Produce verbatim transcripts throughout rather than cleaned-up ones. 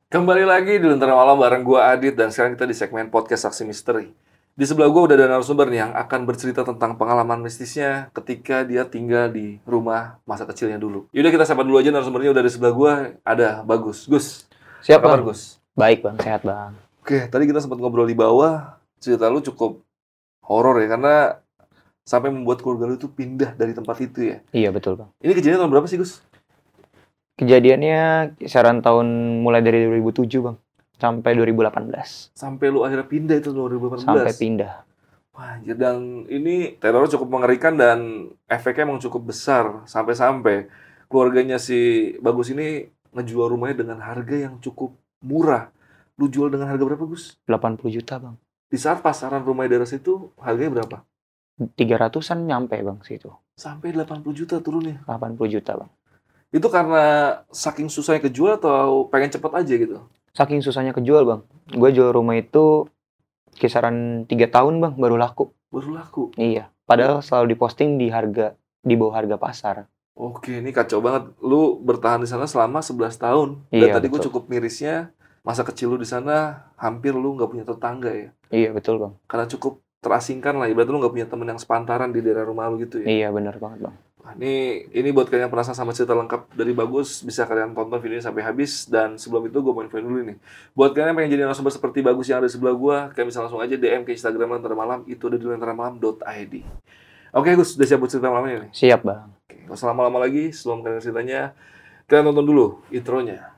Kembali lagi di Lentera Malam bareng gua Adit dan sekarang kita di segmen podcast Saksi Misteri. Di sebelah gua udah ada narasumber nih yang akan bercerita tentang pengalaman mistisnya ketika dia tinggal di rumah masa kecilnya dulu. Yaudah kita sapa dulu aja narasumbernya udah di sebelah gua, ada Bagus. Gus, Siap, apa kabar Bang. Gus? Baik, Bang. Sehat, Bang. Oke, tadi kita sempat ngobrol di bawah, cerita lu cukup horor ya karena sampai membuat keluarga lu itu pindah dari tempat itu ya. Iya, betul, Bang. Ini kejadian tahun berapa sih Gus? Kejadiannya kisaran tahun mulai dari dua ribu tujuh, Bang, sampai dua ribu delapan belas. Sampai lu akhirnya pindah itu dua ribu delapan belas. Sampai pindah. Wah, anjir, dan ini terornya cukup mengerikan dan efeknya emang cukup besar. Sampai-sampai keluarganya si Bagus ini ngejual rumahnya dengan harga yang cukup murah. Lu jual dengan harga berapa, Gus? delapan puluh juta, Bang. Di saat pasaran rumah di daerah situ, harganya berapa? tiga ratusan nyampe, Bang, situ. Sampai delapan puluh juta turunnya. delapan puluh juta, Bang. Itu karena saking susahnya kejual atau pengen cepet aja gitu? Saking susahnya kejual, Bang. Gue jual rumah itu kisaran tiga tahun, Bang, baru laku. Baru laku? Iya. Padahal selalu diposting di harga di bawah harga pasar. Oke, ini kacau banget. Lu bertahan di sana selama sebelas tahun. Dan Iya, tadi gue betul. cukup mirisnya, masa kecil lu di sana hampir lu nggak punya tetangga ya. Iya, betul, Bang. Karena cukup terasingkan lah, ibaratnya lu nggak punya temen yang sepantaran di daerah rumah lu gitu ya. Iya, benar banget, Bang. Wah, ini ini buat kalian yang penasaran sama cerita lengkap dari Bagus, bisa kalian tonton videonya sampai habis. Dan sebelum itu gue mau infoin dulu nih, buat kalian yang pengen jadi narasumber seperti Bagus yang ada di sebelah gue, kalian bisa langsung aja D M ke Instagram Lentera Malam, itu ada di lentera malam dot i d. Oke Gus, udah siap buat cerita malam ini nih? Siap, Bang. Oke, nggak usah lama-lama lagi, sebelum kalian ceritanya, kalian tonton dulu intronya.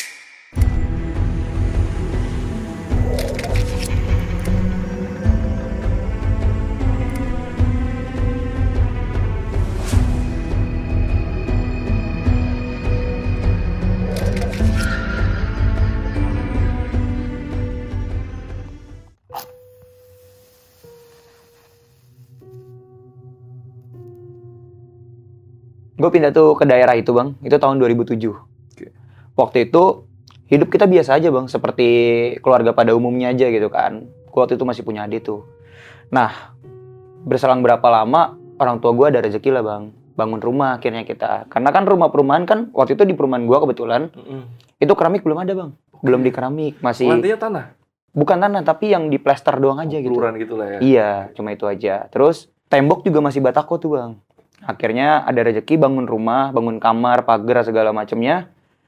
Gue pindah tuh ke daerah itu, Bang. Itu tahun dua ribu tujuh. Oke. Waktu itu hidup kita biasa aja, Bang, seperti keluarga pada umumnya aja gitu kan. Gue waktu itu masih punya adik tuh. Nah, berselang berapa lama orang tua gue ada rezeki lah, Bang, bangun rumah akhirnya kita. Karena kan rumah perumahan kan waktu itu di perumahan gue kebetulan Mm-mm. itu keramik belum ada, Bang. Belum di keramik, masih Lantainya tanah? bukan tanah tapi yang di plester doang aja gitu. Peluran gitu lah ya. Iya, cuma itu aja. Terus tembok juga masih batako tuh, Bang. Akhirnya ada rezeki bangun rumah, bangun kamar, pagar segala macamnya.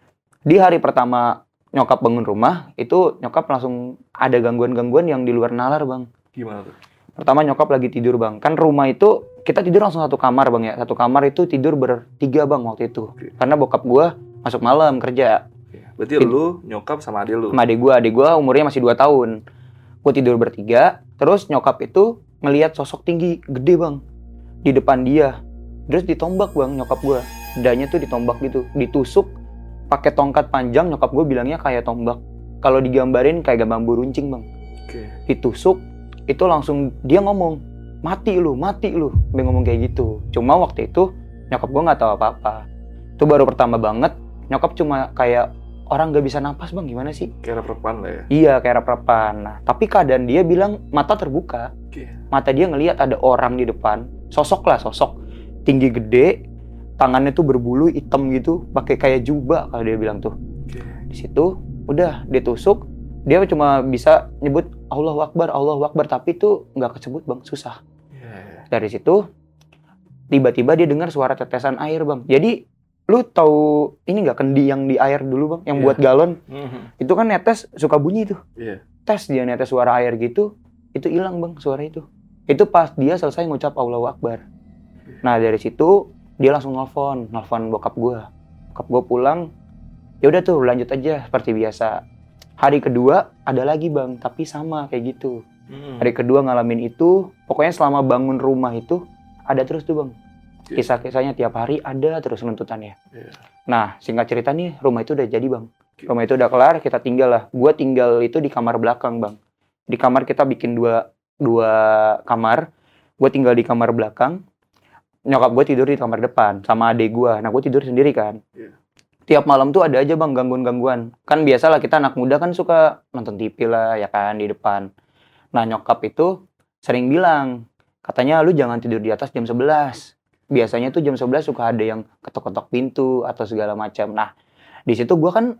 Di hari pertama nyokap bangun rumah, itu nyokap langsung ada gangguan-gangguan yang di luar nalar, Bang. Gimana tuh? Pertama nyokap lagi tidur, Bang. Kan rumah itu kita tidur langsung satu kamar, Bang ya. Satu kamar itu tidur bertiga, Bang, waktu itu. Oke. Karena bokap gua masuk malam kerja. Oke. Berarti lu, nyokap sama adik lu? Sama adik gua, adik gua umurnya masih dua tahun. Gua tidur bertiga, terus nyokap itu ngelihat sosok tinggi, gede, Bang, di depan dia. Terus ditombak, Bang, nyokap gua. Dadanya tuh ditombak gitu, ditusuk pakai tongkat panjang, nyokap gua bilangnya kayak tombak. Kalau digambarin kayak bambu runcing, Bang. Oke. Ditusuk, itu langsung dia ngomong, "Mati lu, mati lu." Dia ngomong kayak gitu. Cuma waktu itu nyokap gua nggak tahu apa-apa. Itu baru pertama banget, nyokap cuma kayak orang nggak bisa napas, Bang, gimana sih? Kayak reprepan lah ya. Iya, kayak rep-repan. Nah, tapi keadaan dia bilang mata terbuka. Oke. Mata dia ngelihat ada orang di depan, sosok lah, sosok tinggi gede, tangannya tuh berbulu hitam gitu, pakai kayak jubah kalau dia bilang tuh. Oke. Di situ udah ditusuk, dia cuma bisa nyebut Allahu Akbar, Allahu Akbar, tapi itu nggak kesebut, Bang, susah. Yeah. Dari situ tiba-tiba dia dengar suara tetesan air, Bang. Jadi lu tahu ini nggak kendi yang di air dulu, Bang, yang Iya. buat galon? Mhm. Itu kan netes suka bunyi tuh. Iya. Tes dia netes suara air gitu, itu hilang, Bang, suara itu. Itu pas dia selesai ngucap Allahu Akbar. Nah, dari situ dia langsung nelfon, nelfon bokap gua. Bokap gua pulang, ya udah tuh lanjut aja seperti biasa. Hari kedua ada lagi, Bang, tapi sama kayak gitu. Mhm. Hari kedua ngalamin itu, pokoknya selama bangun rumah itu ada terus tuh, Bang. Oke. Kisah-kisahnya tiap hari ada terus runtutannya. Iya. Nah, singkat cerita nih, rumah itu udah jadi, Bang. Oke. Rumah itu udah kelar, kita tinggal lah. Gua tinggal itu di kamar belakang, Bang. Di kamar kita bikin dua dua kamar. Gua tinggal di kamar belakang. Nyokap gue tidur di kamar depan sama adik gue. Nah, gue tidur sendiri kan. Iya. Tiap malam tuh ada aja, Bang, gangguan-gangguan. Kan biasalah kita anak muda kan suka nonton T V lah ya kan di depan. Nah, nyokap itu sering bilang, katanya lu jangan tidur di atas jam sebelas. Biasanya tuh jam sebelas suka ada yang ketok-ketok pintu atau segala macam. Nah, di situ gue kan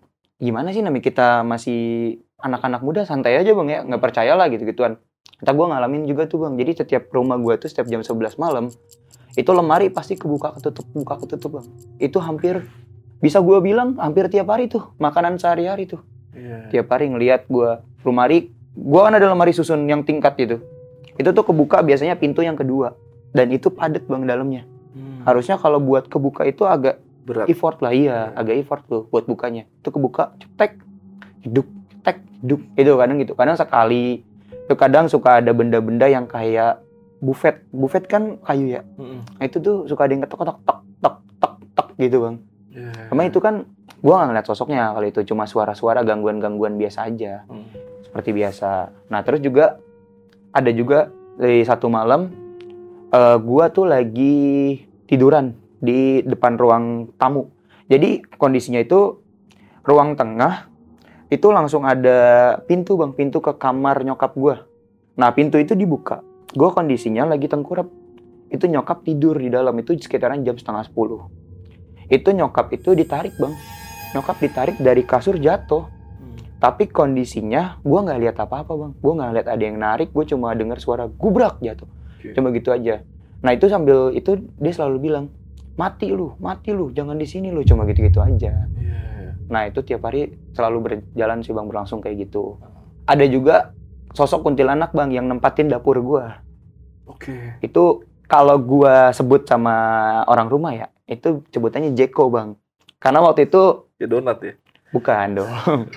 gimana sih namanya kita masih anak-anak muda, santai aja bang ya, nggak percaya lah gitu-gituan. Entah gue ngalamin juga tuh bang, jadi setiap rumah gue tuh setiap jam sebelas malam itu lemari pasti kebuka ketutup buka ketutup bang. Itu hampir bisa gue bilang hampir tiap hari tuh makanan sehari-hari tuh. Yeah. Tiap hari ngelihat gue lemari, gue kan ada lemari susun yang tingkat gitu. Itu tuh kebuka biasanya pintu yang kedua dan itu padat bang dalamnya. Hmm. Harusnya kalau buat kebuka itu agak berat, effort lah, iya, yeah. agak effort tuh buat bukanya. Itu kebuka, cetek, hidup, cetek, hidup. Itu kadang gitu, kadang sekali. Itu kadang suka ada benda-benda yang kayak buffet, buffet kan kayu ya. Mm-hmm. Nah, itu tuh suka ada yang ketok-ketok, tok, tok, tok, tok gitu bang. Yeah. Karena itu kan, gue nggak ngeliat sosoknya kalau itu cuma suara-suara gangguan-gangguan biasa aja, mm. seperti biasa. Nah terus juga ada juga dari satu malam, uh, gue tuh lagi tiduran di depan ruang tamu. Jadi kondisinya itu ruang tengah itu langsung ada pintu bang, pintu ke kamar nyokap gue. Nah pintu itu dibuka, gue kondisinya lagi tengkurap. Itu nyokap tidur di dalam, itu sekitaran jam setengah sepuluh. Itu nyokap itu ditarik bang, nyokap ditarik dari kasur jatuh. Hmm. Tapi kondisinya gue nggak lihat apa-apa bang, gue nggak lihat ada yang narik, gue cuma dengar suara gubrak jatuh, okay. Cuma gitu aja. Nah itu sambil itu dia selalu bilang, mati lu, mati lu, jangan di sini lu, cuma gitu-gitu aja. Yeah. Nah itu tiap hari selalu berjalan sih bang, berlangsung kayak gitu. Ada juga sosok kuntilanak bang yang nempatin dapur gua. Oke. Okay. Itu kalau gua sebut sama orang rumah ya, itu sebutannya Jeko bang. Karena waktu itu ya donat ya. Bukan dong.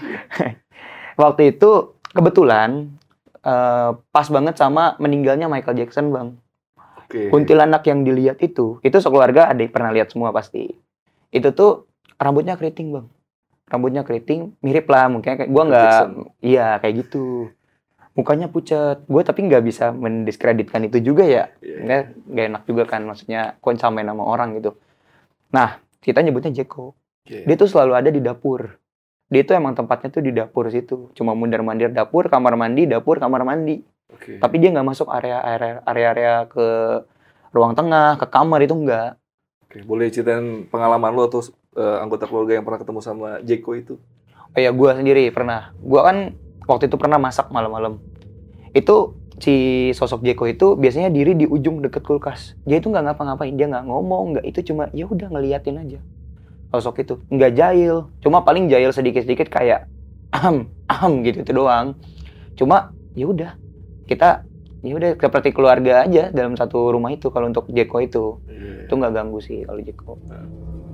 Waktu itu kebetulan uh, pas banget sama meninggalnya Michael Jackson bang. Okay. Kuntilanak yang dilihat itu, itu sekeluarga ada yang pernah lihat semua pasti. Itu tuh rambutnya keriting bang, rambutnya keriting, mirip lah mungkin kayak gue nggak, iya kayak gitu. Mukanya pucat, gue tapi nggak bisa mendiskreditkan itu juga ya, yeah. nggak nggak enak juga kan, maksudnya kon sama nama orang gitu. Nah kita nyebutnya Jeko, yeah. Dia tuh selalu ada di dapur. Dia tuh emang tempatnya tuh di dapur situ, cuma mundar-mandir dapur, kamar mandi, dapur, kamar mandi. Okay. Tapi dia nggak masuk area-area area-area ke ruang tengah, ke kamar itu enggak. Oke, boleh ceritain pengalaman lo atau uh, anggota keluarga yang pernah ketemu sama Jeko itu? Oh ya, gue sendiri pernah. Gue kan waktu itu pernah masak malam-malam. Itu si sosok Jeko itu biasanya diri di ujung deket kulkas. Dia itu nggak ngapa-ngapain, dia nggak ngomong, nggak itu cuma ya udah ngeliatin aja. Sosok itu nggak jahil, cuma paling jahil sedikit-sedikit kayak ahem ahem gitu itu doang. Cuma ya udah. Kita ya udah seperti keluarga aja dalam satu rumah itu kalau untuk Jeko itu. Yeah. Itu nggak ganggu sih kalau Jeko. Yeah.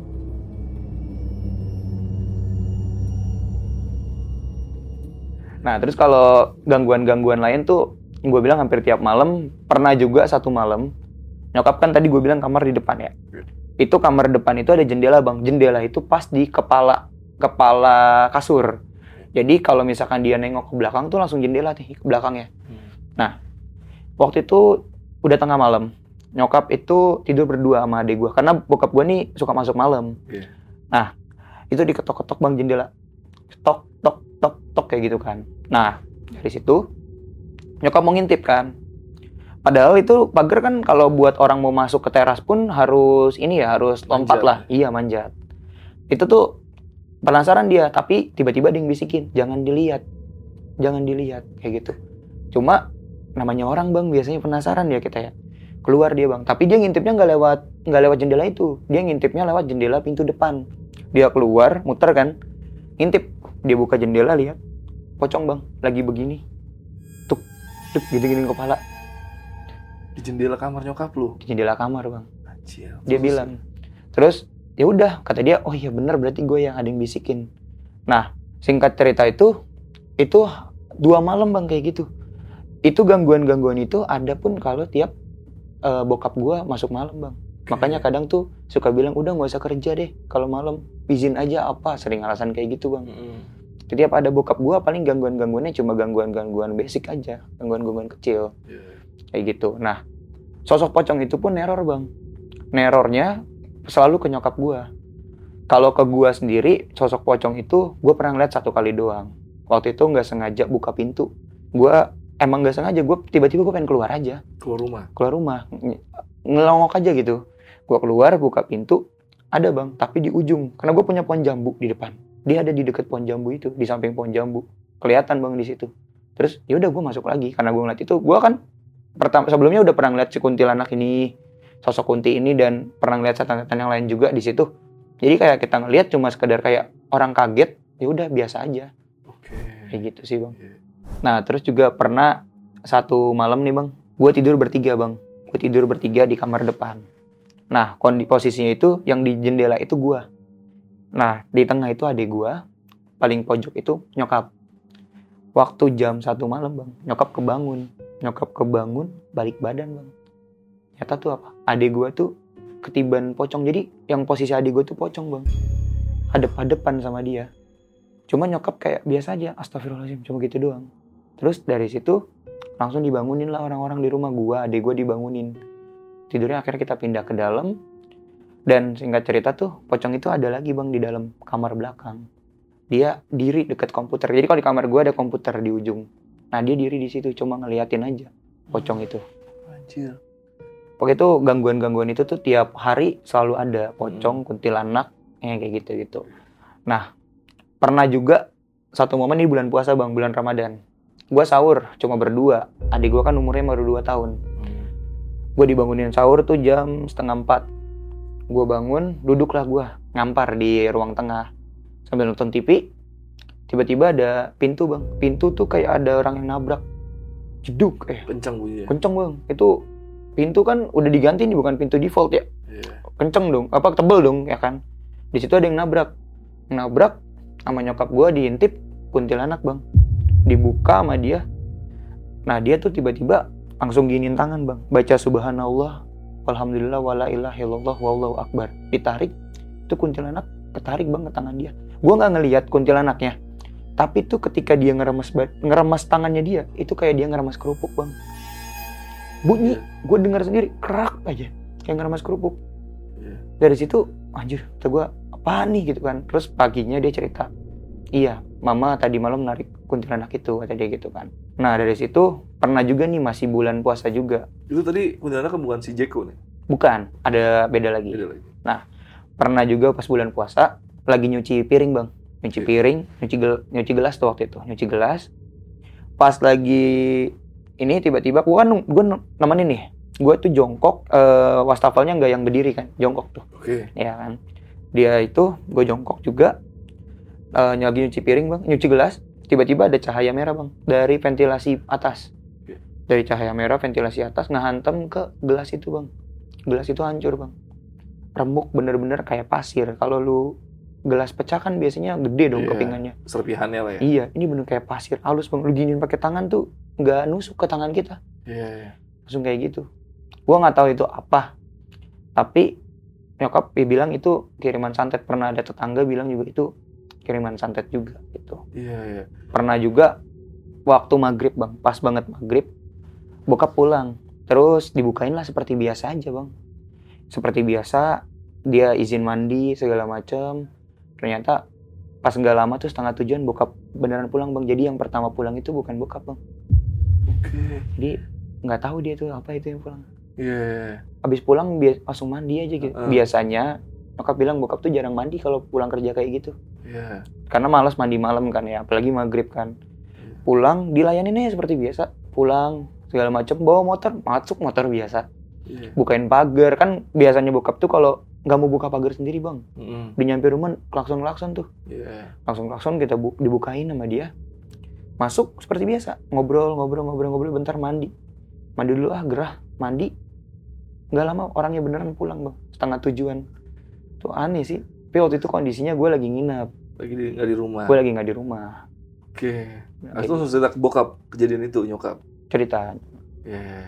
Nah terus kalau gangguan-gangguan lain tuh gue bilang hampir tiap malam. Pernah juga satu malam nyokap kan tadi gue bilang kamar di depan ya. Yeah. Itu kamar depan itu ada jendela bang. Jendela itu pas di kepala kepala kasur. Jadi kalau misalkan dia nengok ke belakang tuh langsung jendela nih ke belakangnya. Hmm. Nah, waktu itu udah tengah malam. Nyokap itu tidur berdua sama adik gue. Karena bokap gue nih suka masuk malam. Yeah. Nah, itu diketok-ketok bang jendela. Tok, tok, tok, tok kayak gitu kan. Nah, dari situ nyokap mau ngintip kan. Padahal itu pagar kan kalau buat orang mau masuk ke teras pun harus ini ya, harus lompat manjat. Lah. Iya, manjat. Itu tuh penasaran dia. Tapi tiba-tiba dia yang bisikin, jangan dilihat. Jangan dilihat. Kayak gitu. Cuma namanya orang bang biasanya penasaran ya kita ya, keluar dia bang, tapi dia ngintipnya nggak lewat nggak lewat jendela itu, dia ngintipnya lewat jendela pintu depan. Dia keluar muter kan, ngintip, dia buka jendela lihat pocong bang lagi begini, tuk tuk gini-gini kepala di jendela kamar nyokap lu. Di jendela kamar bang. Acil, dia terus bilang terus ya udah kata dia, oh iya benar berarti gue yang ada yang bisikin. Nah singkat cerita itu itu dua malam bang kayak gitu. Itu gangguan-gangguan itu ada pun kalau tiap uh, bokap gue masuk malam bang. Okay. Makanya kadang tuh suka bilang udah nggak usah kerja deh kalau malam, izin aja apa, sering alasan kayak gitu bang. Mm-hmm. Setiap ada bokap gue paling gangguan-gangguannya cuma gangguan-gangguan basic aja, gangguan-gangguan kecil. Yeah. Kayak gitu. Nah sosok pocong itu pun neror bang. Nerornya selalu ke nyokap gue. Kalau ke gue sendiri sosok pocong itu gue pernah ngeliat satu kali doang. Waktu itu nggak sengaja buka pintu. Gue emang gak sengaja, gue tiba-tiba gue pengen keluar aja. Keluar rumah? Keluar rumah. Ngelongok aja gitu. Gue keluar, buka pintu, ada bang, tapi di ujung. Karena gue punya pohon jambu di depan. Dia ada di deket pohon jambu itu, di samping pohon jambu. Kelihatan bang di situ. Terus ya udah gue masuk lagi karena gue ngeliat itu. Gue kan pertama sebelumnya udah pernah ngeliat si kuntilanak ini, sosok kunti ini, dan pernah ngeliat setan-setan yang lain juga di situ. Jadi kayak kita ngeliat cuma sekedar kayak orang kaget, ya udah biasa aja. Oke. Kayak gitu sih bang. Iya. Nah terus juga pernah satu malam nih bang, gue tidur bertiga bang. Gue tidur bertiga di kamar depan. Nah kondisi posisinya itu yang di jendela itu gue. Nah di tengah itu adik gue, paling pojok itu nyokap. Waktu jam satu malam bang, nyokap kebangun. Nyokap kebangun, balik badan bang. Nyata tuh apa? Adik gue tuh ketiban pocong. Jadi yang posisi adik gue tuh pocong bang. Hadep-hadepan sama dia. Cuma nyokap kayak biasa aja, astagfirullahaladzim, cuma gitu doang. Terus dari situ langsung dibangunin lah orang-orang di rumah gua, adik gua dibangunin. Tidurnya akhirnya kita pindah ke dalam. Dan singkat cerita tuh, pocong itu ada lagi bang di dalam kamar belakang. Dia diri deket komputer. Jadi kalau di kamar gua ada komputer di ujung. Nah dia diri di situ cuma ngeliatin aja pocong itu. Anjir. Pokoknya itu gangguan-gangguan itu tuh tiap hari selalu ada pocong, kuntilanak, ya kayak gitu-gitu. Nah, pernah juga satu momen di bulan puasa bang, bulan Ramadan. Gue sahur cuma berdua, adik gue kan umurnya baru dua tahun. Hmm. Gue dibangunin sahur tuh jam setengah empat. Gue bangun, duduklah gue ngampar di ruang tengah sambil nonton T V. Tiba-tiba ada pintu bang, pintu tuh kayak ada orang yang nabrak, jeduk, eh Kencang bunyinya. kenceng bang. Itu pintu kan udah diganti nih, bukan pintu default ya. Iya. Kenceng dong, apa tebel dong ya kan. Di situ ada yang nabrak, nabrak sama nyokap gue, diintip kuntilanak bang, dibuka sama dia. Nah dia tuh tiba-tiba langsung giniin tangan bang, baca subhanallah walhamdulillah wala ilaha illallah wallahu akbar, ditarik. Itu kuntilanak ketarik bang ke tangan dia. Gue nggak ngelihat kuntilanaknya, tapi tuh ketika dia ngeremas ngeremas tangannya dia, itu kayak dia ngeremas kerupuk bang. Bunyi, gue dengar sendiri kerak aja kayak ngeremas kerupuk. Dari situ anjir, kata gue apa nih gitu kan. Terus paginya dia cerita, iya mama tadi malam narik kuntilanak itu, kata dia gitu kan. Nah dari situ pernah juga nih, masih bulan puasa juga. Itu tadi kuntilanak kan bukan si Jeko nih? Bukan, ada beda lagi. Beda lagi. Nah pernah juga pas bulan puasa lagi nyuci piring bang, nyuci piring, nyuci gel, nyuci gelas tuh waktu itu, nyuci gelas. Pas lagi ini tiba-tiba gue kan gue nemenin nih, gue tuh jongkok, uh, wastafelnya nggak yang berdiri kan, jongkok tuh. Oke. Okay. Ya kan, dia itu gue jongkok juga, uh, lagi nyuci piring bang, nyuci gelas. Tiba-tiba ada cahaya merah bang dari ventilasi atas, okay. Dari cahaya merah ventilasi atas ngehantam ke gelas itu bang. Gelas itu hancur bang, remuk bener-bener kayak pasir. Kalau lu gelas pecah kan biasanya gede dong, yeah, kepingannya, serpihannya lah ya. Iya, ini bener kayak pasir halus bang. Lu giniin pakai tangan tuh nggak nusuk ke tangan kita. Iya. Yeah, yeah. Langsung kayak gitu. Gua nggak tahu itu apa, tapi nyokap ya bilang itu kiriman santet. Pernah ada tetangga bilang juga itu kiriman santet juga gitu. Iya, yeah, iya. Yeah. Pernah juga waktu maghrib bang, pas banget maghrib, bokap pulang, terus dibukain lah seperti biasa aja bang. Seperti biasa, dia izin mandi segala macam. Ternyata pas nggak lama tuh setengah tujuan bokap beneran pulang bang. Jadi yang pertama pulang itu bukan bokap bang. Oke. Okay. Jadi nggak tahu dia tuh apa itu yang pulang. Iya. Yeah. Abis pulang bias, langsung mandi aja gitu. Uh. Biasanya nyokap bilang bokap tuh jarang mandi kalau pulang kerja kayak gitu. Iya. Yeah. Karena malas mandi malam kan ya, apalagi maghrib kan. Yeah. Pulang dilayanin aja seperti biasa. Pulang segala macam, bawa motor, masuk motor biasa. Yeah. Bukain pagar kan biasanya bokap tuh kalau nggak mau buka pagar sendiri bang, mm-hmm. Di nyampe rumah klakson-klakson tuh, yeah. Klakson-klakson kita bu- dibukain sama dia, masuk seperti biasa, ngobrol, ngobrol, ngobrol, ngobrol, bentar mandi, mandi dulu ah gerah, mandi, nggak lama orangnya beneran pulang bang, setengah tujuan, tuh aneh sih. Tapi waktu itu kondisinya gue lagi nginep, lagi di, nggak di rumah, gue lagi nggak di rumah. Oke, okay. Nah, itu cerita ke bokap kejadian itu nyokap, cerita. Iya. Yeah.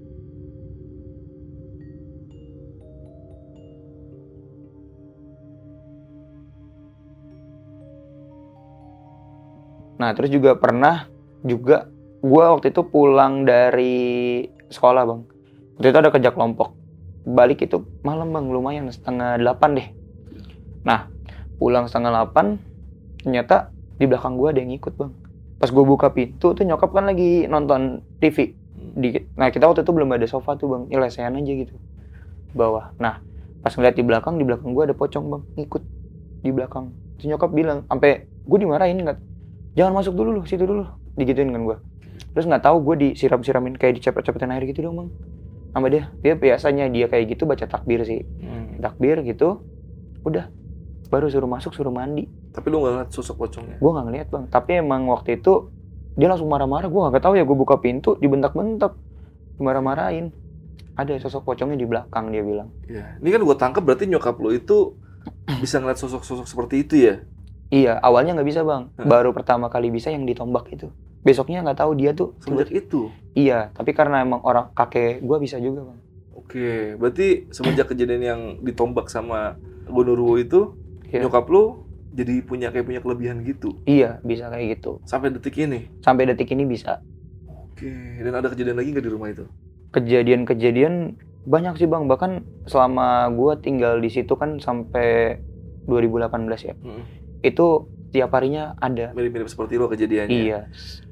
Nah terus juga pernah juga gue waktu itu pulang dari sekolah bang. Waktu itu ada kerja kelompok. Balik itu malam bang, lumayan setengah delapan deh. Nah pulang setengah delapan, ternyata di belakang gue ada yang ikut bang. Pas gue buka pintu tuh nyokap kan lagi nonton T V. Di, nah kita waktu itu belum ada sofa tuh bang, ya lesehan aja gitu bawah. Nah pas ngeliat di belakang, di belakang gue ada pocong bang, ngikut di belakang. Terus nyokap bilang, sampai gue dimarahin nggak, jangan masuk dulu lu, situ dulu, digituin kan gue. Terus nggak tahu gue disiram-siramin kayak dicepet-cepetin air gitu dong bang, sama dia. Dia biasanya dia kayak gitu baca takbir sih, hmm. takbir gitu, udah, baru suruh masuk, suruh mandi. Tapi lu nggak ngeliat sosok pocongnya? Gue nggak ngeliat bang, tapi emang waktu itu dia langsung marah-marah. Gue nggak tahu ya, gue buka pintu dibentak-bentak, dimarah-marahin. Ada sosok pocongnya di belakang, dia bilang. Iya. Ini kan gue tangkap berarti nyokap lo itu bisa ngeliat sosok-sosok seperti itu ya? Iya, awalnya nggak bisa bang. Hmm. Baru pertama kali bisa yang ditombak itu. Besoknya nggak tahu dia tuh. Semenjak itu? Iya, tapi karena emang orang kakek gue bisa juga bang. Oke, berarti semenjak kejadian yang ditombak sama Gondoruo itu, iya. Nyokap lo jadi punya kayak punya kelebihan gitu? Iya, bisa kayak gitu. Sampai detik ini? Sampai detik ini bisa. Oke, dan ada kejadian lagi nggak di rumah itu? Kejadian-kejadian banyak sih bang, bahkan selama gue tinggal di situ kan sampai dua ribu delapan belas ya, hmm. itu tiap harinya ada. Mirip-mirip seperti lo kejadiannya? Iya.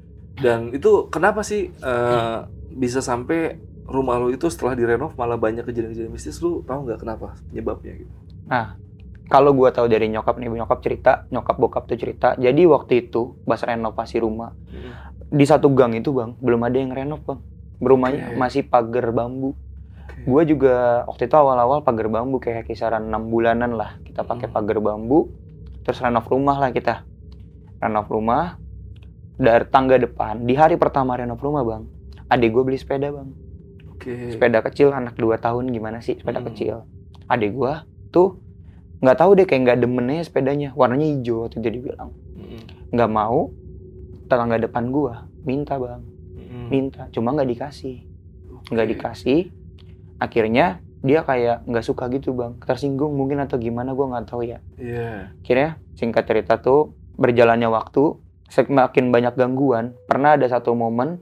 Dan itu kenapa sih uh, bisa sampai rumah lo itu setelah direnov malah banyak kejadian-kejadian mistis? Lo tahu nggak kenapa penyebabnya gitu? Nah, kalau gue tahu dari nyokap nih, nyokap cerita, nyokap bokap tuh cerita. Jadi waktu itu pas renovasi rumah, hmm. di satu gang itu bang, belum ada yang renov bang. Rumahnya okay. masih pagar bambu. Okay. Gue juga waktu itu awal-awal pagar bambu kayak kisaran enam bulanan lah. Kita pakai hmm. pagar bambu, terus renov rumah lah kita. Renov rumah, dari tangga depan, di hari pertama renov rumah bang, adik gue beli sepeda bang. Okay. Sepeda kecil, anak dua tahun gimana sih sepeda hmm. kecil. Adik gue tuh nggak tahu deh, kayak nggak demennya sepedanya, warnanya hijau waktu itu dibilang. Nggak hmm. mau, tetangga depan gue minta bang. Minta, cuma nggak dikasih, nggak okay. dikasih. Akhirnya dia kayak nggak suka gitu bang, tersinggung mungkin atau gimana, gue nggak tahu ya. Yeah. Akhirnya singkat cerita tuh berjalannya waktu, semakin banyak gangguan. Pernah ada satu momen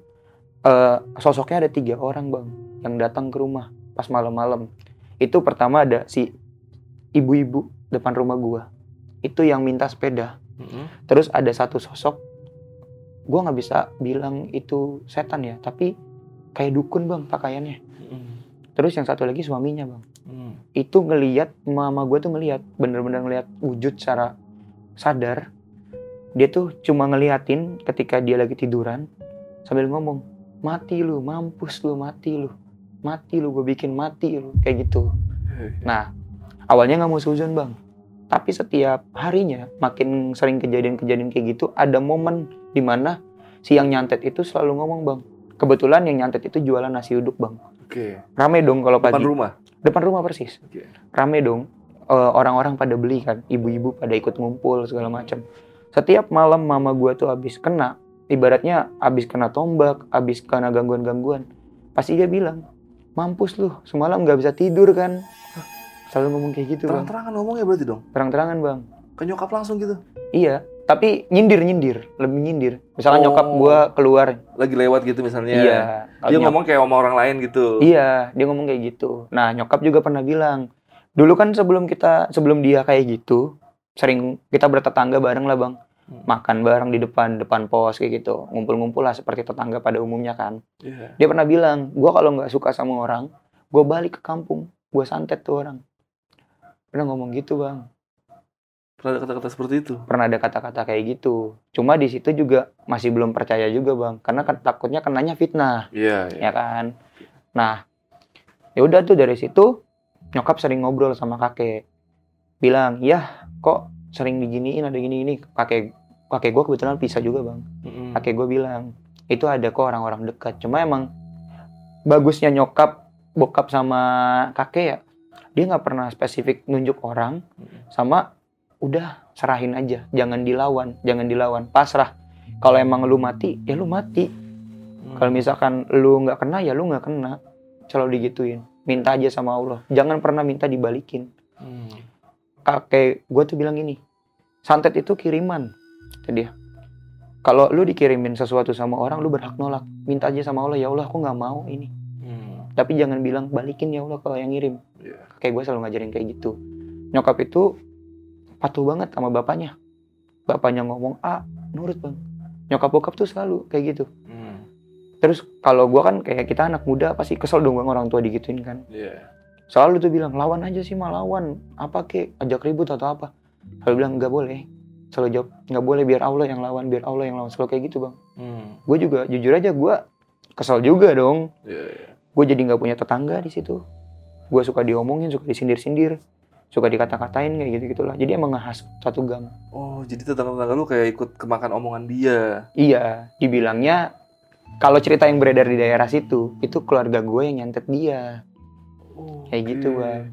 uh, sosoknya ada tiga orang bang yang datang ke rumah pas malam-malam. Itu pertama ada si ibu-ibu depan rumah gue, itu yang minta sepeda. Mm-hmm. Terus ada satu sosok, gue nggak bisa bilang itu setan ya, tapi kayak dukun bang pakaiannya. Mm. Terus yang satu lagi suaminya bang, mm. itu ngelihat mama gue tuh ngelihat, bener-bener ngelihat wujud secara sadar. Dia tuh cuma ngeliatin ketika dia lagi tiduran sambil ngomong, mati lu, mampus lu, mati lu, mati lu, gue bikin mati lu, kayak gitu. Nah awalnya nggak mau suzon bang, tapi setiap harinya makin sering kejadian-kejadian kayak gitu. Ada momen dimana si yang nyantet itu selalu ngomong bang. Kebetulan yang nyantet itu jualan nasi uduk bang. Oke. Okay. Rame dong kalau pagi. Depan rumah? Depan rumah persis. Oke. Okay. Rame dong. Uh, orang-orang pada beli kan. Ibu-ibu pada ikut ngumpul segala macam. Setiap malam mama gua tuh abis kena, ibaratnya abis kena tombak, abis kena gangguan-gangguan, pasti dia bilang, mampus lu, semalam nggak bisa tidur kan. Selalu ngomong kayak gitu bang. Terang-terangan ngomongnya berarti dong? Terang-terangan bang. Ke nyokap langsung gitu? Iya, tapi nyindir-nyindir, lebih nyindir. Misalkan oh, nyokap gue keluar. Lagi lewat gitu misalnya? Iya. Dia nyok- ngomong kayak sama orang lain gitu? Iya, dia ngomong kayak gitu. Nah nyokap juga pernah bilang, dulu kan sebelum kita, sebelum dia kayak gitu, sering kita bertetangga bareng lah bang. Hmm. Makan bareng di depan, depan pos kayak gitu. Ngumpul-ngumpul lah seperti tetangga pada umumnya kan. Yeah. Dia pernah bilang, gue kalau gak suka sama orang, gue balik ke kampung, gue santet tuh orang. Pernah ngomong gitu bang. Pernah ada kata-kata seperti itu? Pernah ada kata-kata kayak gitu. Cuma di situ juga masih belum percaya juga bang, karena kan takutnya kenanya fitnah. Iya. Yeah, yeah. Ya kan. Nah, ya udah tuh dari situ nyokap sering ngobrol sama kakek. Bilang, ya kok sering diginiin, ada gini-gini. Kakek kakek gue kebetulan pisah juga bang. Mm-hmm. Kakek gue bilang, itu ada kok orang-orang dekat. Cuma emang bagusnya nyokap, bokap sama kakek ya, dia nggak pernah spesifik nunjuk orang, sama udah serahin aja, jangan dilawan, jangan dilawan, pasrah. Kalau emang lu mati, ya lu mati. Hmm. Kalau misalkan lu nggak kena, ya lu nggak kena. Selalu digituin. Minta aja sama Allah, jangan pernah minta dibalikin. Hmm. Kakek gue tuh bilang gini, santet itu kiriman, kata dia. Kalau lu dikirimin sesuatu sama orang, lu berhak nolak. Minta aja sama Allah, ya Allah, aku nggak mau ini. Hmm. Tapi jangan bilang balikin ya Allah kalau yang ngirim. Yeah. Kayak gue selalu ngajarin kayak gitu. Nyokap itu patuh banget sama bapaknya. Bapaknya ngomong A, nurut bang. Nyokap bokap tuh selalu kayak gitu. Hmm. Terus kalau gue kan kayak kita anak muda pasti kesel dong bang orang tua digituin kan. Yeah. Selalu tuh bilang lawan aja sih mah lawan. Apa kek, ajak ribut atau apa. Selalu bilang nggak boleh. selalu jawab nggak boleh, biar Allah yang lawan, biar Allah yang lawan, selalu kayak gitu bang. Hmm. Gue juga jujur aja gue kesel juga dong. Yeah, yeah. Gue jadi nggak punya tetangga di situ. Gue suka diomongin, suka disindir-sindir, suka dikata-katain kayak gitu gitulah. Jadi emang ngehas satu gang. Oh, jadi tetangga-tetangga lu kayak ikut kemakan omongan dia. Iya, dibilangnya kalau cerita yang beredar di daerah situ itu keluarga gue yang nyantet dia. Oh, Kayak oke. gitu bang.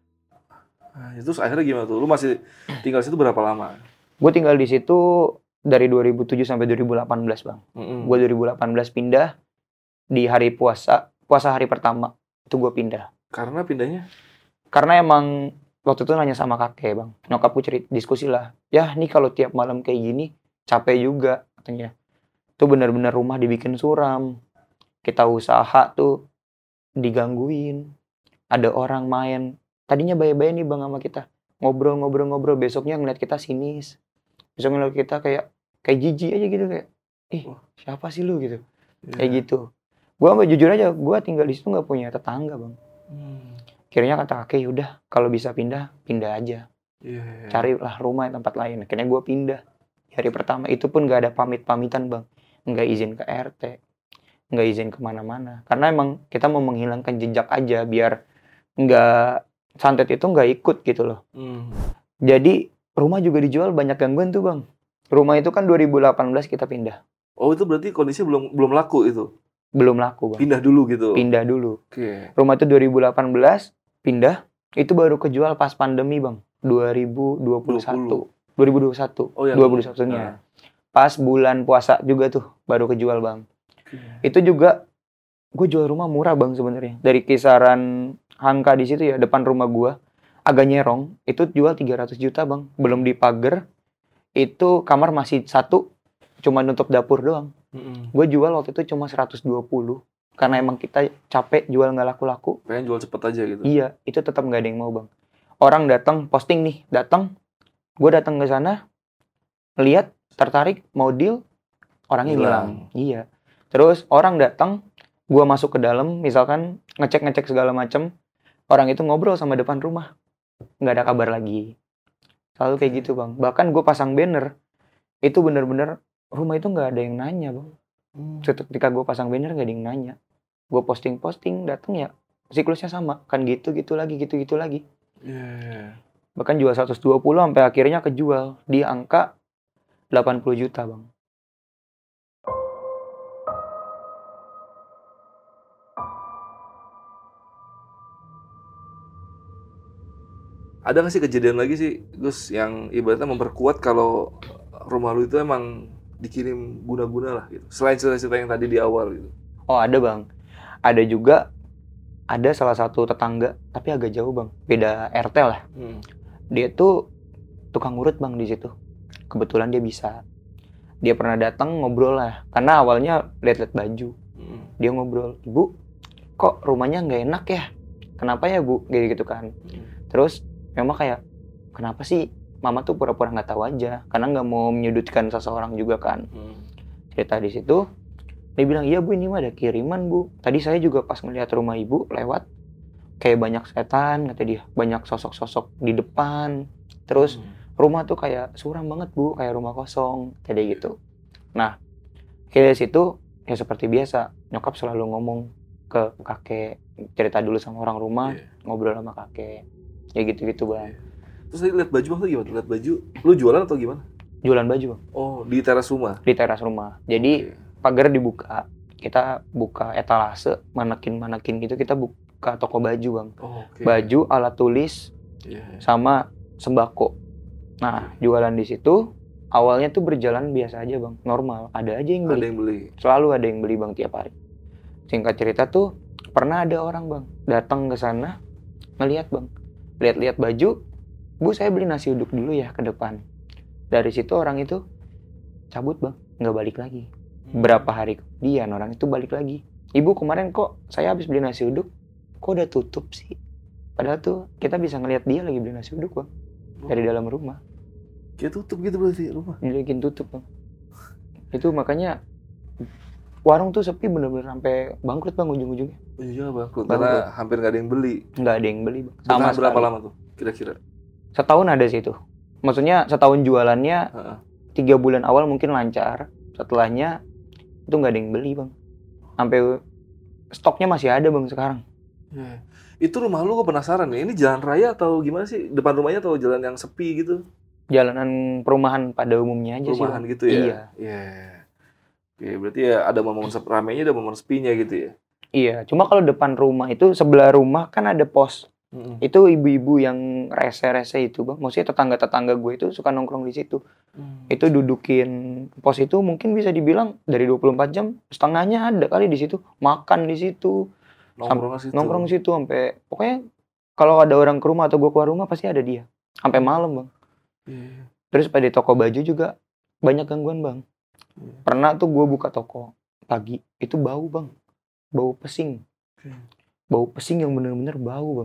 Nah, itu akhirnya gimana tuh? Lu masih tinggal situ berapa lama? Gue tinggal di situ dari dua ribu tujuh sampai dua ribu delapan belas bang. Mm-mm. Gue dua ribu delapan belas pindah di hari puasa, puasa hari pertama itu gue pindah. Karena pindahnya? Karena emang waktu itu nanya sama kakek bang, nyokapku cerita diskusi lah. Ya nih kalau tiap malam kayak gini capek juga katanya. Itu benar-benar rumah dibikin suram. Kita usaha tuh digangguin. Ada orang main. Tadinya bayi-bayi nih bang sama kita. Ngobrol-ngobrol-ngobrol. Besoknya ngeliat kita sinis. Besoknya ngeliat kita kayak kayak jijik aja gitu kayak. Ih siapa sih lu gitu. Yeah. Kayak gitu. Gue ambil jujur aja, gue tinggal di situ nggak punya tetangga bang. Hmm. Akhirnya kata kakek, udah kalau bisa pindah, pindah aja. Yeah. Carilah rumah di tempat lain. Akhirnya gue pindah. Di hari pertama itu pun gak ada pamit-pamitan bang. Nggak izin ke R T. Nggak izin kemana-mana. Karena emang kita mau menghilangkan jejak aja. Biar nggak, santet itu nggak ikut gitu loh. Hmm. Jadi rumah juga dijual banyak gangguan tuh bang. Rumah itu kan dua ribu delapan belas kita pindah. Oh, itu berarti kondisi belum belum laku itu? Belum laku bang. Pindah dulu gitu? Pindah dulu. Oke. Okay. Rumah itu dua ribu delapan belas pindah. Itu baru kejual pas pandemi bang. dua ribu dua puluh satu. dua ribu dua puluh satu. Oh, yang dua ribu dua puluh satu-nya. Nah. Pas bulan puasa juga tuh baru kejual bang. Okay. Itu juga gue jual rumah murah bang sebenarnya. Dari kisaran angka di situ ya, depan rumah gue agak nyerong, itu jual tiga ratus juta bang. Belum dipagar. Itu kamar masih satu, cuma nutup dapur doang. Mm-hmm. Gue jual waktu itu cuma seratus dua puluh. Karena emang kita capek jual nggak laku-laku. Pengen jual cepet aja gitu. Iya, itu tetap nggak ada yang mau bang. Orang datang posting nih, datang, gue datang ke sana, lihat tertarik mau deal, orangnya hilang. Iya. Terus orang datang, gue masuk ke dalam, misalkan ngecek-ngecek segala macem, orang itu ngobrol sama depan rumah, nggak ada kabar lagi. Selalu kayak gitu bang. Bahkan gue pasang banner, itu bener-bener rumah itu nggak ada yang nanya bang. Hmm. Ketika gue pasang banner nggak ada yang nanya. Gue posting-posting, datang ya siklusnya sama, kan gitu-gitu lagi, gitu-gitu lagi. Yeah. Bahkan jual seratus dua puluh sampai akhirnya kejual di angka delapan puluh juta bang. Ada nggak sih kejadian lagi sih Gus yang ibaratnya memperkuat kalau rumah lu itu emang dikirim guna-guna lah gitu, selain cerita-cerita yang tadi di awal gitu? Oh ada bang, ada juga, ada salah satu tetangga tapi agak jauh bang, beda R T lah. Hmm. Dia tuh tukang urut bang di situ. Kebetulan dia bisa. Dia pernah datang ngobrol lah, karena awalnya lihat-lihat baju. Hmm. Dia ngobrol, "Ibu, kok rumahnya nggak enak ya? Kenapa ya bu?" Kayak gitu kan. Hmm. Terus memang kayak, kenapa sih mama tuh pura-pura nggak tahu aja, karena nggak mau menyudutkan seseorang juga kan. Hmm. Cerita di situ, dia bilang, "Iya bu, ini mah ada kiriman bu. Tadi saya juga pas ngeliat rumah ibu lewat, kayak banyak setan," kata dia, "banyak sosok-sosok di depan. Terus hmm. rumah tuh kayak suram banget bu, kayak rumah kosong," kayak gitu. Nah, kayak dari situ ya seperti biasa, nyokap selalu ngomong ke kakek, cerita dulu sama orang rumah, yeah. ngobrol sama kakek. Ya gitu-gitu bang. Terus tadi lihat baju waktu gimana? Lihat baju, lu jualan atau gimana? Jualan baju bang. Oh, di teras rumah? Di teras rumah. Jadi okay. pagar dibuka, kita buka etalase, manekin-manekin gitu, kita buka toko baju bang. Oh, okay. Baju, alat tulis, yeah. sama sembako. Nah, jualan di situ, awalnya tuh berjalan biasa aja bang, normal. Ada aja yang beli. Ada yang beli. Selalu ada yang beli bang tiap hari. Singkat cerita tuh, pernah ada orang bang, datang ke sana, ngelihat bang. Lihat-lihat baju, "Bu saya beli nasi uduk dulu ya ke depan." Dari situ orang itu cabut bang, nggak balik lagi. Berapa hari kemudian orang itu balik lagi. "Ibu kemarin kok saya habis beli nasi uduk, kok udah tutup sih?" Padahal tuh kita bisa ngelihat dia lagi beli nasi uduk bang, dari dalam rumah. Kayak tutup gitu berarti rumah? Dia bikin tutup bang. Itu makanya warung tuh sepi bener-bener sampai bangkrut bang ujung-ujungnya. Iya bangkrut, karena hampir nggak ada yang beli. Nggak ada yang beli bang. Sama berapa lama tuh kira-kira? Setahun ada sih itu. Maksudnya setahun jualannya, Heeh. tiga bulan awal mungkin lancar. Setelahnya itu nggak ada yang beli bang. Sampai stoknya masih ada bang sekarang. Yeah. Itu rumah lu, gue penasaran nih. Ini jalan raya atau gimana sih? Depan rumahnya atau jalan yang sepi gitu? Jalanan perumahan pada umumnya aja Perumahan sih bang. gitu ya? Iya. Iya. Oke, berarti ya ada momen ramainya, ada momen sepinya gitu ya? Iya. Cuma kalau depan rumah itu, sebelah rumah kan ada pos. Mm-mm. Itu ibu-ibu yang rese-rese itu bang. Maksudnya tetangga-tetangga gue itu suka nongkrong di situ. Hmm. Itu dudukin pos itu mungkin bisa dibilang dari dua puluh empat jam setengahnya ada kali di situ. Makan di situ. Nongkrong situ. Nongkrong situ sampai pokoknya kalau ada orang ke rumah atau gue keluar rumah pasti ada dia. Sampai malam bang. Yeah. Terus pada toko baju juga banyak gangguan bang. Yeah. Pernah tuh gue buka toko pagi itu bau bang. Bau pesing. Okay. Bau pesing yang bener-bener bau bang.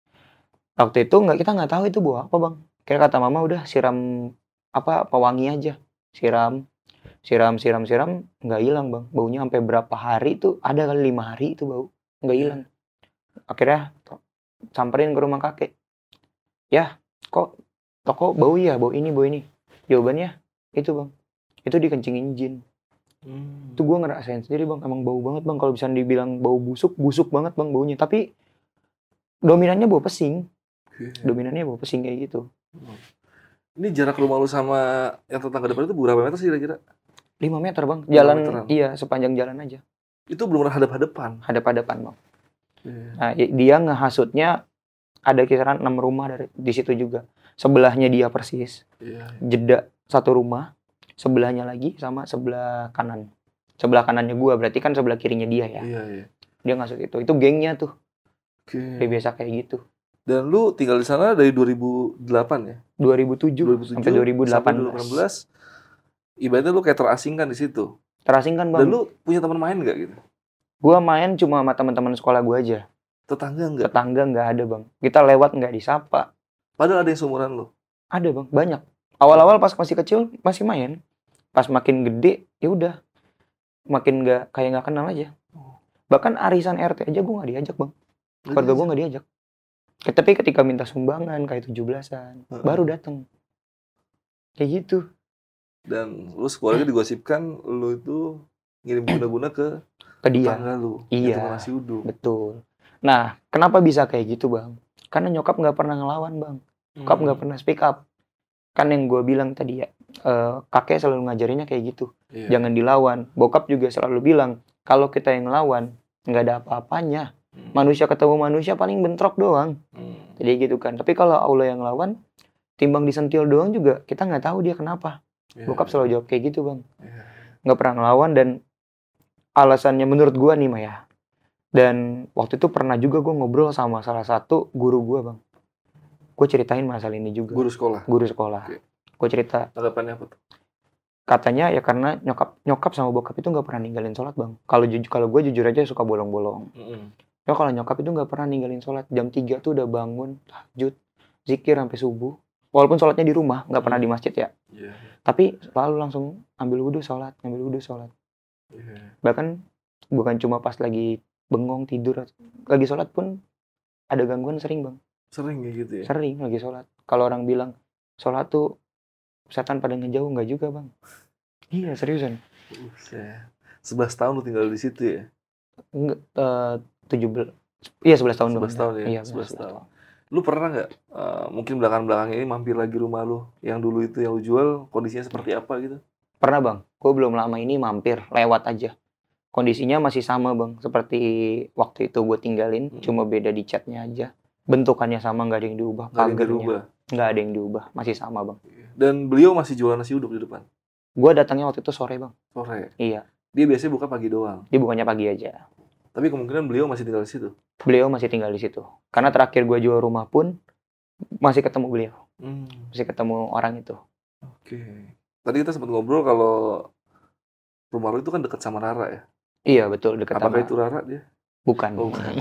Waktu itu nggak kita nggak tahu itu bau apa bang. Kayak kata mama udah siram apa pewangi aja. Siram, siram, siram, siram nggak hilang bang. Baunya sampai berapa hari tuh ada kali lima hari itu bau nggak hilang. Akhirnya samperin ke rumah kakek. Ya kok toko bau ya bau ini bau ini. Jawabannya itu bang. Itu dikencingin jin. Hmm. Itu gue ngerasain sendiri bang. Emang bau banget bang. Kalau bisa dibilang bau busuk, busuk banget bang baunya. Tapi dominannya bau pesing. Yeah. Dominannya bau pesing kayak gitu. Ini jarak rumah lu sama yang tetangga depan itu berapa meter sih kira-kira? lima meter bang. Jalan, meteran. iya sepanjang jalan aja. Itu belum pernah hadap-hadapan? Hadap-hadapan bang. Yeah. Nah dia ngehasutnya ada kisaran enam rumah dari di situ juga. Sebelahnya dia persis. Yeah. Jeda satu rumah. Sebelahnya lagi sama sebelah kanan. Sebelah kanannya gua berarti kan sebelah kirinya dia ya. Iya, iya. Dia ngasut itu. Itu gengnya tuh. Oke. Kayak biasa kayak gitu. Dan lu tinggal di sana dari dua ribu delapan ya? dua ribu tujuh sampai dua ribu delapan belas. dua ribu delapan belas. Ibaratnya lu kayak terasingkan di situ. Terasingkan bang. Dan lu punya teman main nggak gitu? Gua main cuma sama teman-teman sekolah gua aja. Tetangga nggak? Tetangga nggak ada bang. Kita lewat nggak disapa. Padahal ada yang seumuran lu? Ada bang, banyak. Awal-awal pas masih kecil masih main. Pas makin gede ya udah makin nggak kayak nggak kenal aja. Bahkan arisan R T aja gue nggak diajak bang. Keluarga gue nggak diajak. Tapi ketika minta sumbangan kayak tujuh belasan uh-uh. baru datang. Kayak gitu. Dan lu sekeluarga digosipkan lu itu ngirim guna-guna ke ke dia. Tetangga lu. Iya. Nasi uduk. Betul. Nah, kenapa bisa kayak gitu bang? Karena nyokap nggak pernah ngelawan bang. Nyokap nggak hmm. pernah speak up. Kan yang gue bilang tadi ya, uh, kakek selalu ngajarinnya kayak gitu. Iya. Jangan dilawan. Bokap juga selalu bilang, kalau kita yang ngelawan, nggak ada apa-apanya. Hmm. Manusia ketemu manusia paling bentrok doang. Hmm. Jadi gitu kan. Tapi kalau Allah yang ngelawan, timbang disentil doang juga, kita nggak tahu dia kenapa. Yeah. Bokap selalu jawab kayak gitu bang. Yeah. Nggak pernah ngelawan dan alasannya menurut gue nih Maya. Dan waktu itu pernah juga gue ngobrol sama salah satu guru gue bang. Gue ceritain masalah ini juga. Guru sekolah? Guru sekolah. Okay. Gue cerita. Tanggapannya apa tuh? Katanya ya karena nyokap nyokap sama bokap itu nggak pernah ninggalin sholat bang. Kalau jujur kalau gue jujur aja suka bolong-bolong. Mm-hmm. Ya kalau nyokap itu nggak pernah ninggalin sholat. Jam tiga tuh udah bangun, tahajud, zikir sampai subuh. Walaupun sholatnya di rumah, nggak pernah di masjid ya. Yeah. Tapi selalu langsung ambil wudhu sholat, ambil wudhu sholat. Yeah. Bahkan bukan cuma pas lagi bengong tidur, lagi sholat pun ada gangguan sering bang. Sering kayak gitu ya? Sering lagi sholat. Kalau orang bilang sholat tuh setan pada ngejauh, nggak juga bang. Iya seriusan. sebelas tahun lu tinggal di situ ya? Enggak, uh, tujuh belas. Iya sebelas tahun. sebelas tahun ya? Iya sebelas tahun. Lu pernah nggak, uh, mungkin belakang-belakang ini mampir lagi rumah lu, yang dulu itu yang lu jual, kondisinya seperti apa gitu? Pernah bang. Gue belum lama ini mampir, lewat aja. Kondisinya masih sama bang, seperti waktu itu gue tinggalin, hmm. cuma beda di catnya aja. Bentukannya sama, nggak ada yang diubah. Nggak ada yang diubah? Nggak ada yang diubah, masih sama bang. Dan beliau masih jualan nasi uduk di depan? Gue datangnya waktu itu sore bang. Sore? Iya. Dia biasanya buka pagi doang? Dia bukanya pagi aja. Tapi kemungkinan beliau masih tinggal di situ? Beliau masih tinggal di situ. Karena terakhir gue jual rumah pun, masih ketemu beliau. Hmm. Masih ketemu orang itu. Oke. Tadi kita sempat ngobrol kalau rumah lu itu kan dekat sama Rara ya? Iya betul, dekat sama. Apakah itu Rara dia? Bukan. Oh, bukan.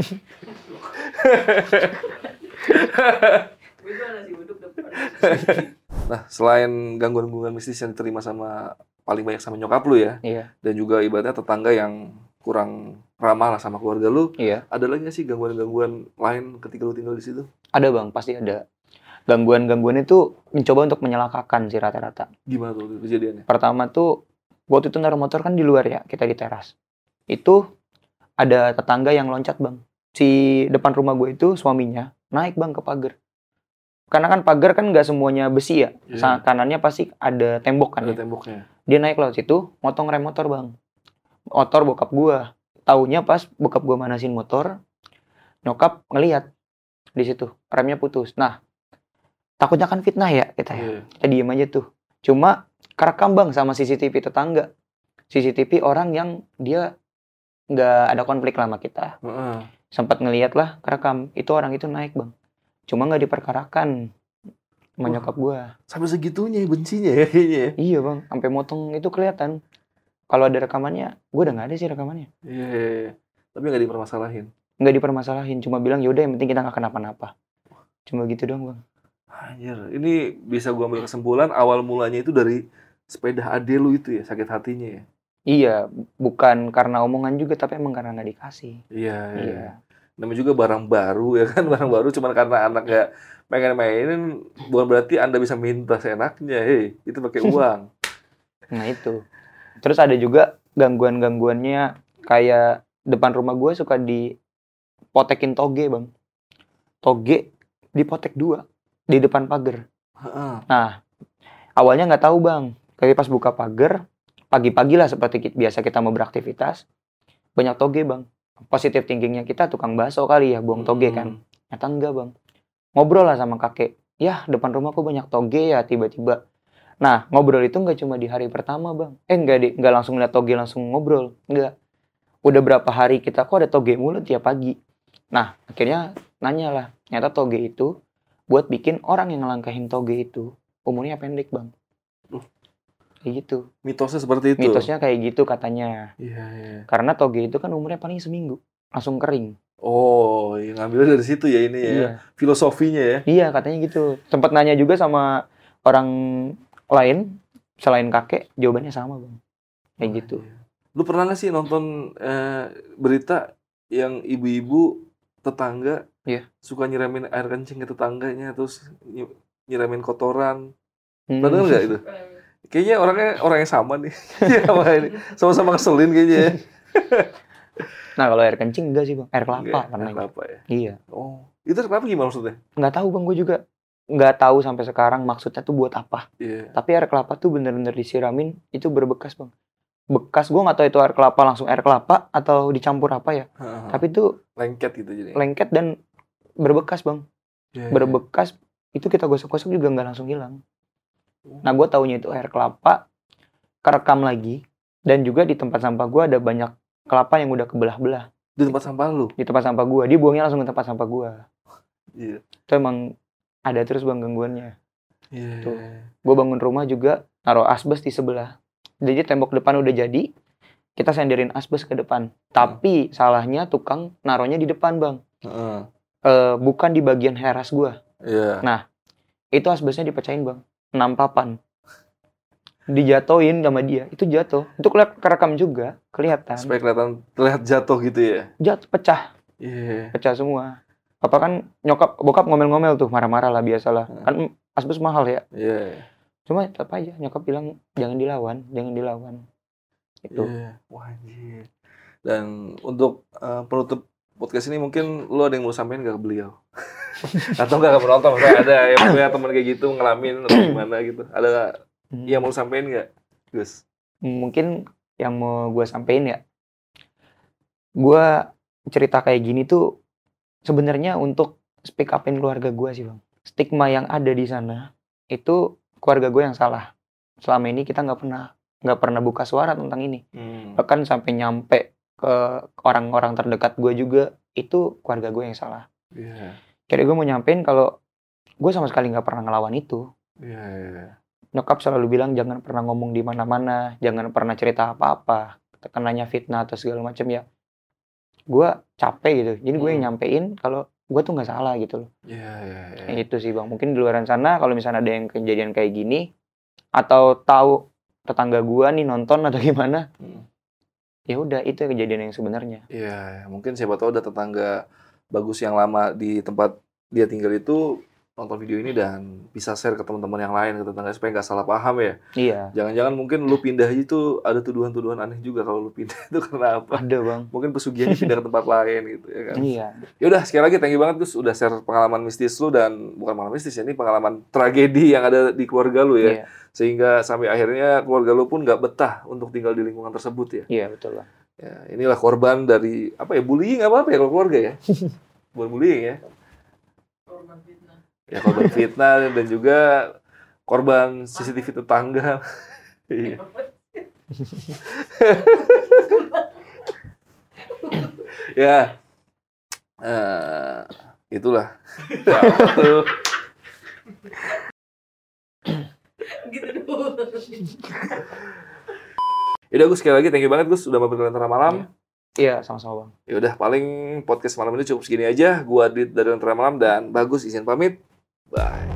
Nah, selain gangguan-gangguan mistis yang diterima sama paling banyak sama nyokap lu ya, iya. Dan juga ibaratnya tetangga yang kurang ramah lah sama keluarga lu, iya. Ada lagi nggak sih gangguan-gangguan lain ketika lu tinggal di situ? Ada bang, pasti ada. gangguan-gangguan itu mencoba untuk menyelakakan sih rata-rata. Gimana tuh kejadiannya? Pertama tuh waktu itu naruh motor kan di luar ya, kita di teras. Itu ada tetangga yang loncat bang. Si depan rumah gue itu suaminya naik bang ke pagar. Karena kan pagar kan nggak semuanya besi ya. Iya. Kanannya pasti ada tembok kan Ada ya. temboknya. Dia naik lewat situ, motong rem motor bang. Motor bokap gua. Taunya pas bokap gua manasin motor, nyokap ngelihat di situ remnya putus. Nah, takutnya kan fitnah ya kita ya. Iya. Kita diem aja tuh. Cuma kerekam bang sama C C T V tetangga. C C T V orang yang dia nggak ada konflik lah sama kita. Heeh. Sempat ngelihat lah kerekam. Itu orang itu naik bang. Cuma nggak diperkarakan sama Wah. nyokap gua. Sampai segitunya ya bencinya ya kayaknya ya. Iya bang, sampai motong itu kelihatan. Kalau ada rekamannya, gue udah nggak ada sih rekamannya. Iya, iya, iya. Tapi nggak dipermasalahin. Nggak dipermasalahin, cuma bilang yaudah yang penting kita nggak kenapa-napa. Cuma gitu doang bang. Anjir, ini bisa gua ambil kesimpulan awal mulanya itu dari sepeda ade lu itu ya, sakit hatinya ya. Iya, bukan karena omongan juga, tapi emang karena nggak dikasih. Iya, iya. Iya. Namanya juga barang baru ya kan, barang baru cuma karena anak nggak pengen mainin, bukan berarti Anda bisa minta seenaknya, hei, itu pakai uang. Nah itu. Terus ada juga gangguan-gangguannya kayak depan rumah gue suka dipotekin toge bang. Toge dipotek dua di depan pagar. Heeh. Nah, awalnya nggak tahu bang. Tapi pas buka pagar, pagi-pagi lah seperti ki- biasa kita mau beraktivitas, banyak toge bang. Positif thinkingnya kita tukang bakso kali ya, buang toge kan. Ternyata enggak bang. Ngobrol lah sama kakek. Ya depan rumahku banyak toge ya tiba-tiba. Nah ngobrol itu nggak cuma di hari pertama bang. Eh nggak di, nggak langsung lihat toge langsung ngobrol. Nggak. Udah berapa hari kita kok ada toge mulu tiap pagi. Nah akhirnya nanya lah. Ternyata toge itu buat bikin orang yang ngelangkahin toge itu umurnya pendek bang. Uh. Kayak gitu. Mitosnya seperti itu. Mitosnya kayak gitu katanya. Iya, iya. Karena toge itu kan umurnya paling seminggu. Langsung kering. Oh, yang ngambilnya dari situ ya ini ya. Iya. Filosofinya ya. Iya katanya gitu. Sempat nanya juga sama orang lain selain kakek, jawabannya sama bang. Kayak Wah, gitu. iya. Lu pernah nggak sih nonton eh, berita yang ibu-ibu tetangga Iya. suka nyiramin air kencing ke tetangganya terus ny- nyiramin kotoran? Hmm. Pernah denger nggak itu? Kayaknya orangnya orang yang sama nih. Iya, sama ini. Sama-sama ngeselin kayaknya ya. Nah kalau air kencing enggak sih bang, air kelapa Enggak, pernah. kenapa ya? Iya. Oh, itu air kelapa gimana maksudnya? Nggak tahu bang, gue juga nggak tahu sampai sekarang maksudnya tuh buat apa. Iya. Tapi air kelapa tuh bener-bener disiramin itu berbekas bang. Bekas gue nggak tahu itu air kelapa langsung air kelapa atau dicampur apa ya. Heeh. Tapi itu Lengket gitu jadi. lengket dan berbekas bang. Iya, iya. Berbekas itu kita gosok-gosok juga nggak langsung hilang. Nah gue taunya itu air kelapa, kerekam lagi, dan juga di tempat sampah gue ada banyak kelapa yang udah kebelah-belah. Di tempat sampah lu? Di tempat sampah gue, dia buangnya langsung ke tempat sampah gue. Iya. Itu emang ada terus bang gangguannya. Iya. Tuh. Gue bangun rumah juga, naruh asbes di sebelah. Jadi tembok depan udah jadi, kita senderin asbes ke depan. Tapi salahnya tukang naruhnya di depan bang. Heeh. Eh, bukan di bagian teras gue. Iya. Nah, itu asbesnya dipecahin bang. enam papan. Dijatoin sama dia. Itu jatuh. Itu kelihatan kerekam juga. Kelihatan. Supaya kelihatan terlihat jatuh gitu ya. Jatuh, pecah. Iya. Pecah semua. Papa kan nyokap, bokap ngomel-ngomel tuh. Marah-marah lah biasalah. Hmm. Kan asbes mahal ya. Iya. Cuma tetap aja. Nyokap bilang, jangan dilawan. Jangan dilawan. Itu. Iya. Wah, anjir. Dan untuk uh, penutup podcast ini mungkin lu ada yang mau sampein gak ke beliau? Atau gak penonton? Misalnya ada yang punya teman kayak gitu ngalamin atau gimana gitu. Ada gak Hmm. yang mau sampein gak, Gus? Mungkin yang mau gue sampein ya. Gue cerita kayak gini tuh sebenarnya untuk speak upin keluarga gue sih bang. Stigma yang ada di sana itu keluarga gue yang salah. Selama ini kita nggak pernah nggak pernah buka suara tentang ini. Hmm. Bahkan sampai nyampe ke orang-orang terdekat gue juga itu keluarga gue yang salah. Iya. Kira gue mau nyampein kalau gue sama sekali nggak pernah ngelawan itu. Iya, iya. Nyokap selalu bilang jangan pernah ngomong di mana-mana, jangan pernah cerita apa-apa, tekanannya fitnah atau segala macam ya. Gue capek gitu, jadi gue yang Hmm. nyampein kalau gue tuh nggak salah gitu loh. Iya, iya, iya. Itu sih bang, mungkin di luar sana kalau misalnya ada yang kejadian kayak gini atau tahu tetangga gue nih nonton atau gimana, Hmm. ya udah itu kejadian yang sebenarnya. Iya, mungkin siapa tahu ada tetangga bagus yang lama di tempat dia tinggal itu nonton video ini dan bisa share ke teman-teman yang lain, ke tetangga supaya nggak salah paham ya. Iya. Jangan-jangan mungkin lu pindah itu ada tuduhan-tuduhan aneh juga kalau lu pindah itu karena apa? Ada bang. Mungkin pesugihannya pindah ke tempat lain gitu ya kan. Iya. Yaudah sekali lagi thank you banget Gus udah share pengalaman mistis lu dan bukan pengalaman mistis ya, ini pengalaman tragedi yang ada di keluarga lu ya. Iya. Sehingga sampai akhirnya keluarga lu pun nggak betah untuk tinggal di lingkungan tersebut ya. Iya betul bang. Ya, inilah korban dari apa ya, bullying apa apa ya kalau keluarga ya. Bukan bullying ya. Korban fitnah. Ya korban fitnah dan juga korban C C T V tetangga. Iya. Ya. Eh, itulah. Gitu dulu. Yaudah Gus, sekali lagi thank you banget Gus udah mampir ke Lentera Malam. Iya sama-sama bang. Yaudah paling podcast malam ini cukup segini aja. Gua Adit dari Lentera Malam dan Bagus izin pamit. Bye.